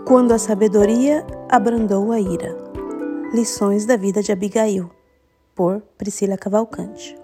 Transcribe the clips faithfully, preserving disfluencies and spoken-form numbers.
Quando a sabedoria abrandou a ira. Lições da vida de Abigail, por Priscila Cavalcante.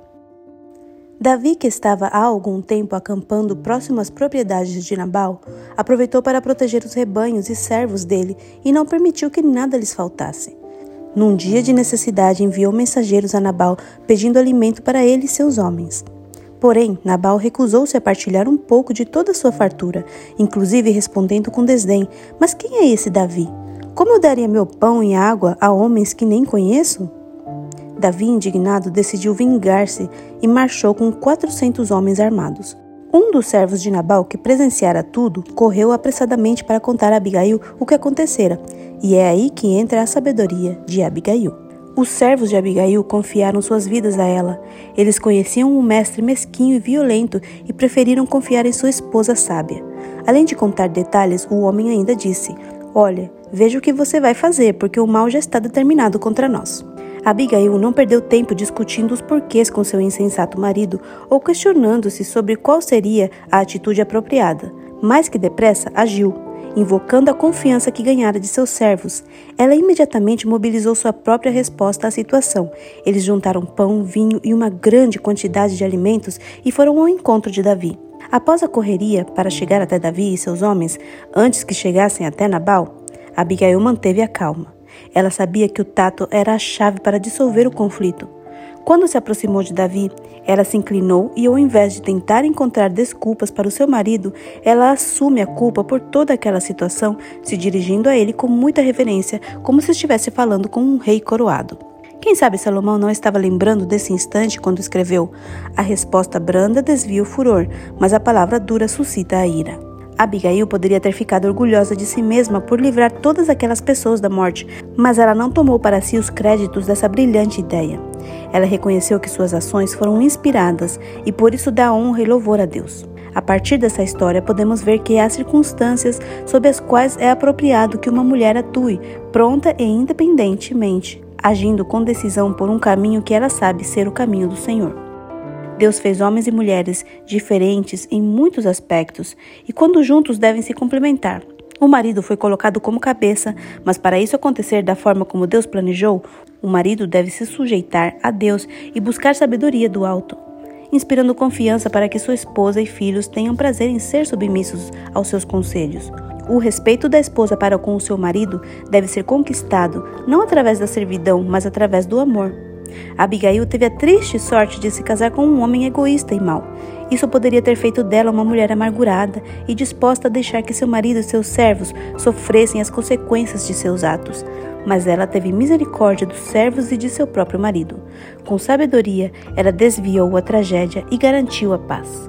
Davi, que estava há algum tempo acampando próximo às propriedades de Nabal, aproveitou para proteger os rebanhos e servos dele e não permitiu que nada lhes faltasse. Num dia de necessidade, enviou mensageiros a Nabal pedindo alimento para ele e seus homens. Porém, Nabal recusou-se a partilhar um pouco de toda a sua fartura, inclusive respondendo com desdém: "Mas quem é esse Davi? Como eu daria meu pão e água a homens que nem conheço?" Davi, indignado, decidiu vingar-se e marchou com quatrocentos homens armados. Um dos servos de Nabal, que presenciara tudo, correu apressadamente para contar a Abigail o que acontecera, e é aí que entra a sabedoria de Abigail. Os servos de Abigail confiaram suas vidas a ela. Eles conheciam um mestre mesquinho e violento e preferiram confiar em sua esposa sábia. Além de contar detalhes, o homem ainda disse: "Olha, veja o que você vai fazer, porque o mal já está determinado contra nós." Abigail não perdeu tempo discutindo os porquês com seu insensato marido ou questionando-se sobre qual seria a atitude apropriada. Mais que depressa, agiu. Invocando a confiança que ganhara de seus servos, ela imediatamente mobilizou sua própria resposta à situação. Eles juntaram pão, vinho e uma grande quantidade de alimentos e foram ao encontro de Davi. Após a correria para chegar até Davi e seus homens, antes que chegassem até Nabal, Abigail manteve a calma. Ela sabia que o tato era a chave para dissolver o conflito. Quando se aproximou de Davi, ela se inclinou e, ao invés de tentar encontrar desculpas para o seu marido, ela assume a culpa por toda aquela situação, se dirigindo a ele com muita reverência, como se estivesse falando com um rei coroado. Quem sabe Salomão não estava lembrando desse instante quando escreveu: "A resposta branda desvia o furor, mas a palavra dura suscita a ira." Abigail poderia ter ficado orgulhosa de si mesma por livrar todas aquelas pessoas da morte, mas ela não tomou para si os créditos dessa brilhante ideia. Ela reconheceu que suas ações foram inspiradas e por isso dá honra e louvor a Deus. A partir dessa história, podemos ver que há circunstâncias sob as quais é apropriado que uma mulher atue, pronta e independentemente, agindo com decisão por um caminho que ela sabe ser o caminho do Senhor. Deus fez homens e mulheres diferentes em muitos aspectos e quando juntos devem se complementar. O marido foi colocado como cabeça, mas para isso acontecer da forma como Deus planejou, o marido deve se sujeitar a Deus e buscar sabedoria do alto, inspirando confiança para que sua esposa e filhos tenham prazer em ser submissos aos seus conselhos. O respeito da esposa para com o seu marido deve ser conquistado, não através da servidão, mas através do amor. Abigail teve a triste sorte de se casar com um homem egoísta e mau. Isso poderia ter feito dela uma mulher amargurada e disposta a deixar que seu marido e seus servos sofressem as consequências de seus atos. Mas ela teve misericórdia dos servos e de seu próprio marido. Com sabedoria, ela desviou a tragédia e garantiu a paz.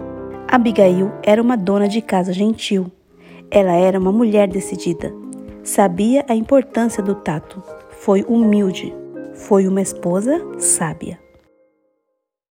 Abigail era uma dona de casa gentil. Ela era uma mulher decidida. Sabia a importância do tato. Foi humilde. Foi uma esposa sábia.